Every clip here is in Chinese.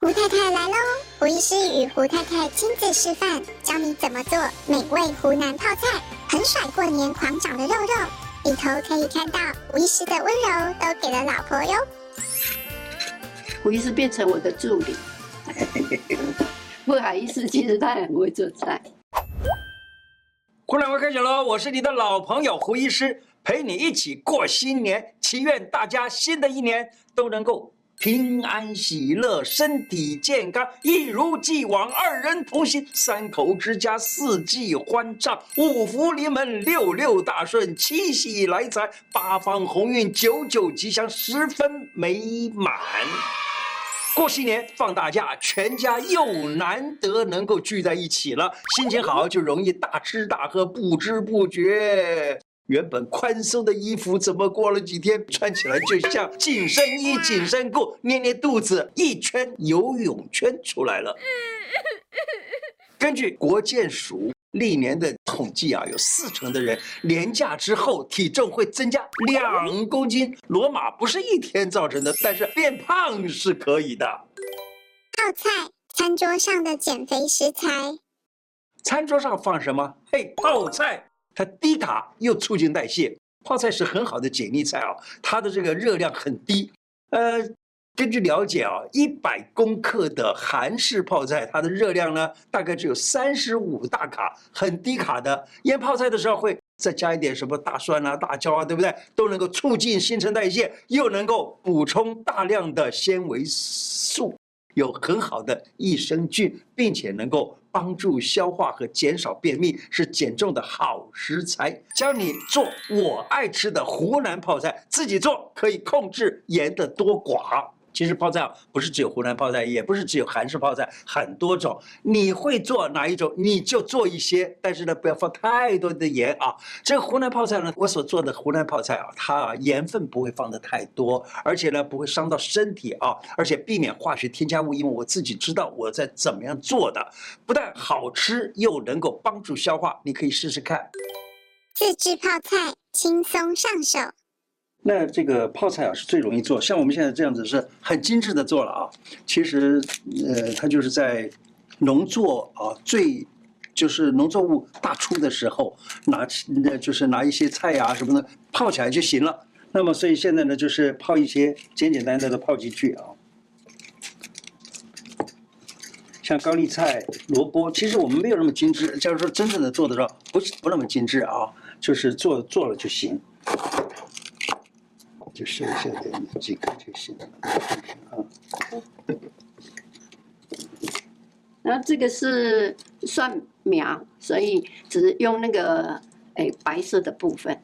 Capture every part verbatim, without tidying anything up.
胡太太来喽！胡医师与胡太太亲自示范，教你怎么做美味湖南泡菜，很甩过年狂长的肉肉。里头可以看到胡医师的温柔都给了老婆哟。 胡医师变成我的助理，不好意思，其实他很会做菜。 胡南会开始喽！我是你的老朋友胡医师，陪你一起过新年，祈愿大家新的一年都能够平安喜乐，身体健康，一如既往，二人同心，三口之家，四季欢畅，五福临门，六六大顺，七喜来财，八方鸿运，九九吉祥，十分美满。过新年放大假，全家又难得能够聚在一起了，心情好就容易大吃大喝，不知不觉。原本宽松的衣服，怎么过了几天穿起来就像紧身衣、紧身裤，捏捏肚子，一圈游泳圈出来了。根据国健署历年的统计啊，有四成的人年假之后体重会增加两公斤。罗马不是一天造成的，但是变胖是可以的。 泡菜，餐桌上的减肥食材。 餐桌上放什么？嘿，泡菜。它低卡又促进代谢，泡菜是很好的解腻菜啊，它的这个热量很低。呃，根据了解啊，一百公克的韩式泡菜，它的热量呢大概只有三十五大卡，很低卡的。腌泡菜的时候会再加一点什么大蒜啊、大椒啊，对不对？都能够促进新陈代谢，又能够补充大量的纤维素，有很好的益生菌，并且能够帮助消化和减少便秘，是减重的好食材。教你做我爱吃的湖南泡菜，自己做可以控制盐的多寡。其实泡菜不是只有湖南泡菜，也不是只有韩式泡菜，很多种。你会做哪一种，你就做一些，但是呢，不要放太多的盐啊。这个湖南泡菜呢，我所做的湖南泡菜啊，它啊盐分不会放的太多，而且呢不会伤到身体啊，而且避免化学添加物，因为我自己知道我在怎么样做的，不但好吃，又能够帮助消化，你可以试试看。 自制泡菜，轻松上手。 那这个泡菜啊是最容易做，像我们现在这样子是很精致的做了啊。其实，呃，它就是在农作啊最就是农作物大出的时候，拿那就是拿一些菜呀、啊、什么的泡起来就行了。那么所以现在呢，就是泡一些简简单单的泡进去啊。像高丽菜、萝卜，其实我们没有那么精致。假如说真正的做的时候，不是不那么精致啊，就是做做了就行。就剩下的几个就行了啊。 然后这个是蒜苗，所以只是用那个哎白色的部分。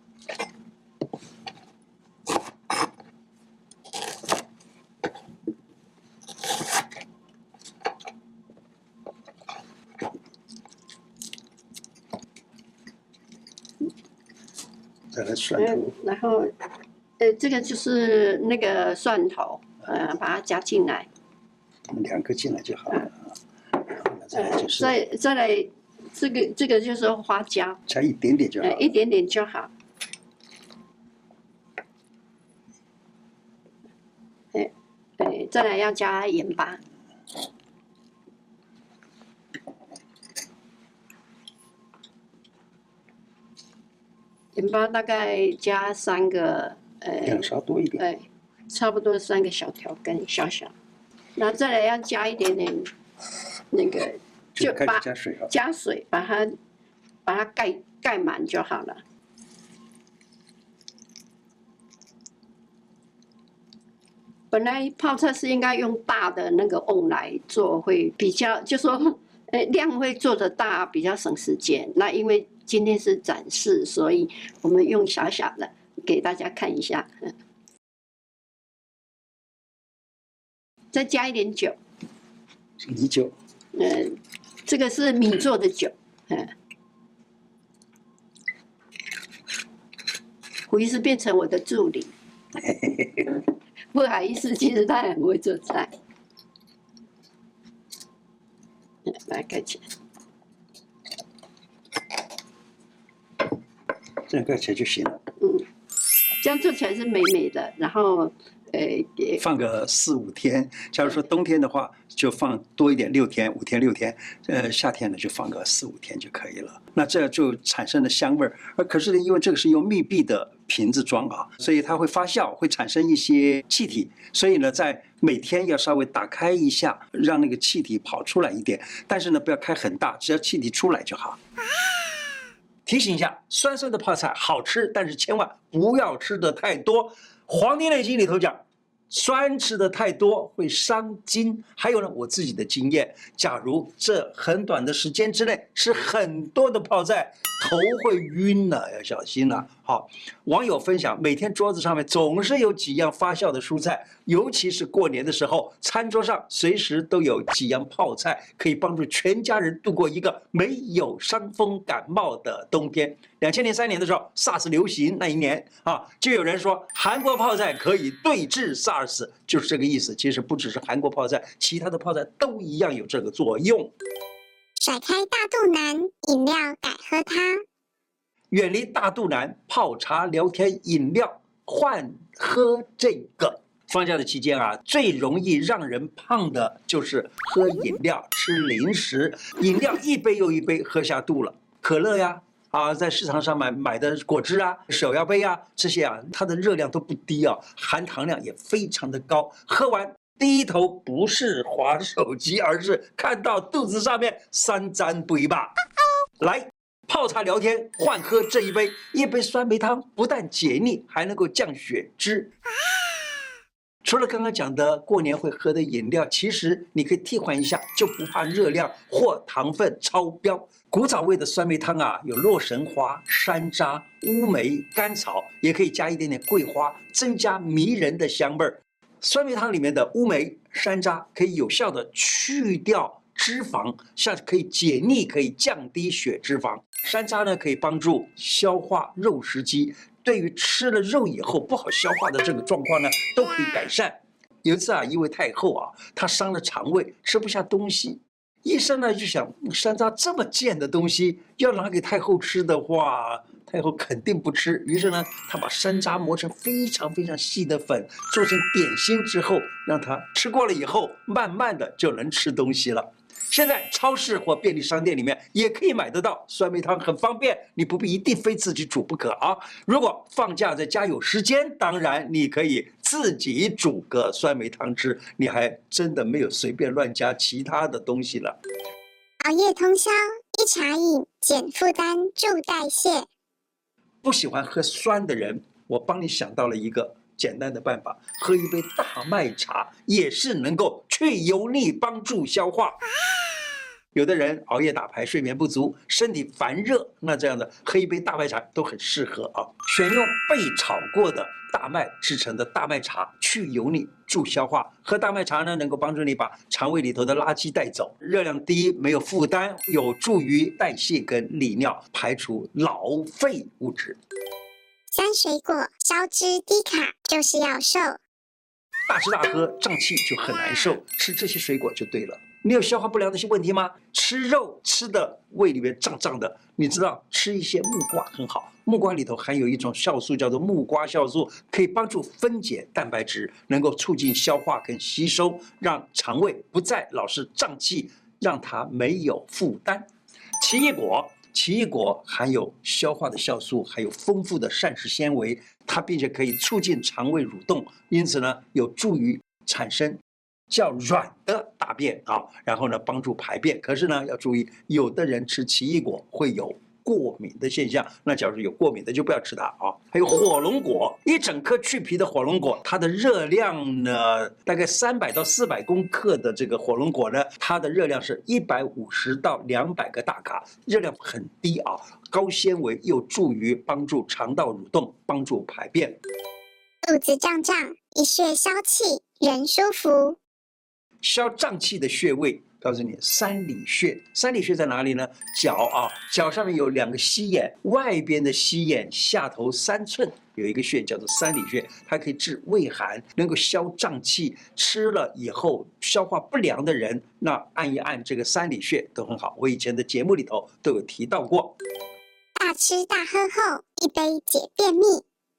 再来蒜头， 然后。呃，这个就是那个蒜头，呃，把它加进来， 两个进来就好了。然后呢，再来就是， 再再来，这个这个就是花椒， 加一点点就好， 呃，一点点就好。哎，对，再来要加盐巴，盐巴大概加三个。 两勺多一点， 对，差不多三个小条根，小小，然后再来要加一点点那个， 就把加水啊， 加水把它把它盖盖满就好了。本来泡菜是应该用大的那个瓮来做，会比较，就说，呃，量会做得大，比较省时间。那因为今天是展示，所以我们用小小的。给大家看一下，嗯，再加一点酒， 米酒， 嗯，这个是米做的酒，嗯，胡医师变成我的助理，不好意思，其实他很会做菜，嗯，把它盖起来，这样盖起来就行了，嗯。 这样做起来是美美的，然后， 诶，也放个四五天。假如说冬天的话，就放多一点，六天、五天、六天。呃，夏天呢就放个四五天就可以了。那这就产生了香味儿。而可是呢，因为这个是用密闭的瓶子装啊，所以它会发酵，会产生一些气体。所以呢，在每天要稍微打开一下，让那个气体跑出来一点。但是呢，不要开很大，只要气体出来就好。提醒一下，酸酸的泡菜好吃，但是千万不要吃的太多。《黄帝内经》里头讲，酸吃的太多会伤筋。还有呢，我自己的经验，假如这很短的时间之内吃很多的泡菜，头会晕了，要小心了。好，网友分享，每天桌子上面总是有几样发酵的蔬菜，尤其是过年的时候，餐桌上随时都有几样泡菜，可以帮助全家人度过一个没有伤风感冒的冬天。两千零三年的时候 ，SARS 流行那一年啊，就有人说韩国泡菜可以对治 SARS， 就是这个意思。其实不只是韩国泡菜，其他的泡菜都一样有这个作用。 甩开大肚腩，饮料改喝它。 远离大肚腩，泡茶、聊天、饮料，换喝这个。放假的期间啊，最容易让人胖的就是喝饮料、吃零食。饮料一杯又一杯喝下肚了，可乐呀，啊，在市场上买买的果汁啊、手摇杯啊，这些啊，它的热量都不低啊，含糖量也非常的高。喝完低头不是滑手机，而是看到肚子上面三沾不一把。来。泡茶聊天，换喝这一杯，一杯酸梅汤不但解腻，还能够降血脂。除了刚刚讲的过年会喝的饮料，其实你可以替换一下，就不怕热量或糖分超标。古早味的酸梅汤啊，有洛神花、山楂、乌梅、甘草，也可以加一点点桂花，增加迷人的香味儿。酸梅汤里面的乌梅、山楂可以有效的去掉脂肪，像可以解腻，可以降低血脂肪。山楂呢，可以帮助消化肉食积，对于吃了肉以后不好消化的这个状况呢，都可以改善。有一次啊，一位太后啊，她伤了肠胃，吃不下东西。医生呢就想，山楂这么贱的东西，要拿给太后吃的话，太后肯定不吃。于是呢，他把山楂磨成非常非常细的粉，做成点心之后，让她吃过了以后，慢慢的就能吃东西了。现在超市或便利商店里面也可以买得到酸梅汤，很方便，你不必一定非自己煮不可啊。如果放假在家有时间，当然你可以自己煮个酸梅汤吃，你还真的没有随便乱加其他的东西了。 熬夜通宵，一茶饮，减负担，助代谢。 不喜欢喝酸的人，我帮你想到了一个简单的办法，喝一杯大麦茶也是能够去油腻，帮助消化。有的人熬夜打牌，睡眠不足，身体烦热，那这样的喝一杯大麦茶都很适合啊。选用被炒过的大麦制成的大麦茶，去油腻，助消化。喝大麦茶呢，能够帮助你把肠胃里头的垃圾带走，热量低，没有负担，有助于代谢跟利尿，排除老废物质。 酸水果消脂低卡就是要瘦。 大吃大喝胀气就很难受，吃这些水果就对了。你有消化不良的一些问题吗？吃肉吃的胃里面胀胀的，你知道吃一些木瓜很好，木瓜里头含有一种酵素叫做木瓜酵素，可以帮助分解蛋白质，能够促进消化跟吸收，让肠胃不再老是胀气，让它没有负担。奇异果。奇异果含有消化的酵素，还有丰富的膳食纤维，它并且可以促进肠胃蠕动，因此呢，有助于产生较软的大便啊，然后呢，帮助排便。可是呢，要注意，有的人吃奇异果会有过敏的现象，那假如有过敏的就不要吃它啊。还有火龙果，一整颗去皮的火龙果，它的热量呢，大概三百到四百公克的这个火龙果呢，它的热量是一百五十到两百个大卡，热量很低啊，高纤维，有助于帮助肠道蠕动，帮助排便。 肚子胀胀，一穴消气，人舒服。 消胀气的穴位，告诉你，三里穴。三里穴在哪里呢？脚啊，脚上面有两个膝眼，外边的膝眼下头三寸有一个穴叫做三里穴，它可以治胃寒，能够消胀气。吃了以后消化不良的人，那按一按这个三里穴都很好。我以前的节目里头都有提到过。 大吃大喝后，一杯解便秘。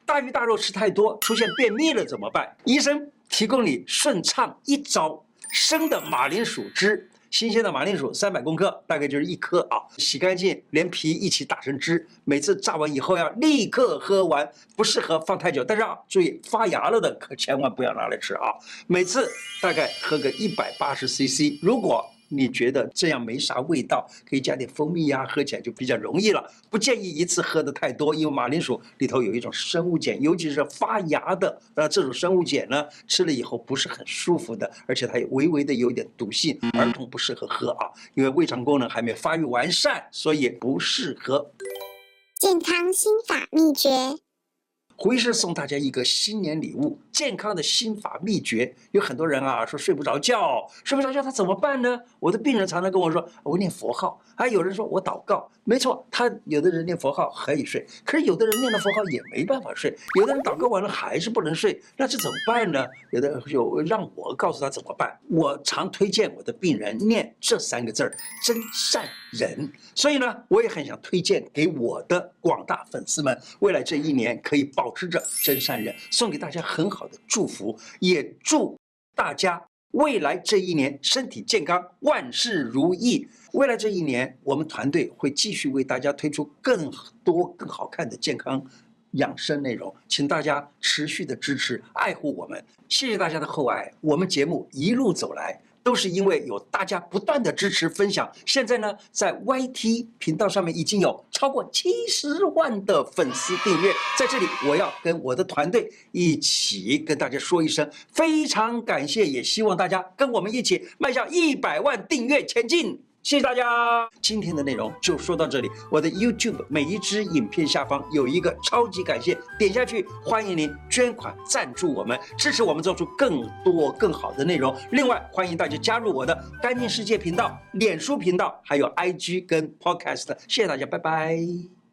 大鱼大肉吃太多，出现便秘了怎么办？医生提供你顺畅一招：生的马铃薯汁。新鲜的马铃薯三百公克，大概就是一颗啊，洗干净，连皮一起打成汁。每次榨完以后要立刻喝完，不适合放太久。但是啊，注意发芽了的可千万不要拿来吃啊。每次大概喝个一百八十 C C。如果你觉得这样没啥味道，可以加点蜂蜜呀，喝起来就比较容易了。不建议一次喝的太多，因为马铃薯里头有一种生物碱，尤其是发芽的，呃，这种生物碱呢，吃了以后不是很舒服的，而且它有微微的有点毒性，儿童不适合喝啊，因为胃肠功能还没发育完善，所以不适合。 健康心法秘诀。 胡医师送大家一个新年礼物，健康的心法秘诀。有很多人啊说睡不着觉，睡不着觉他怎么办呢？我的病人常常跟我说，我念佛号，还有人说我祷告。没错，他有的人念佛号可以睡，可是有的人念了佛号也没办法睡，有的人祷告完了还是不能睡，那这怎么办呢？有的人就让我告诉他怎么办。我常推荐我的病人念这三个字儿：真善忍。所以呢，我也很想推荐给我的广大粉丝们，未来这一年可以保持着真善忍，送给大家很好的祝福，也祝大家未来这一年身体健康，万事如意。未来这一年，我们团队会继续为大家推出更多更好看的健康养生内容，请大家持续的支持爱护我们，谢谢大家的厚爱。我们节目一路走来都是因为有大家不断的支持分享，现在呢，在 Y T 频道上面已经有超过七十万的粉丝订阅，在这里我要跟我的团队一起跟大家说一声非常感谢，也希望大家跟我们一起迈向一百万订阅前进。谢谢大家，今天的内容就说到这里。我的 YouTube 每一支影片下方有一个超级感谢，点下去，欢迎您捐款赞助我们，支持我们做出更多更好的内容。另外，欢迎大家加入我的干净世界频道、脸书频道，还有 I G 跟 Podcast。谢谢大家，拜拜。